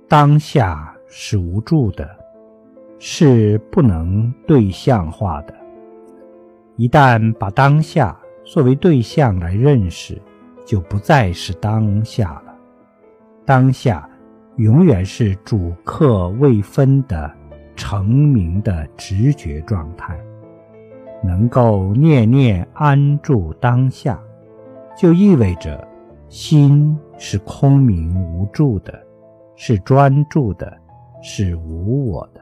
当下是无助的，是不能对象化的。一旦把当下作为对象来认识，就不再是当下了。当下永远是主客未分的成名的直觉状态。能够念念安住当下，就意味着心是空明无助的，是专注的，是无我的。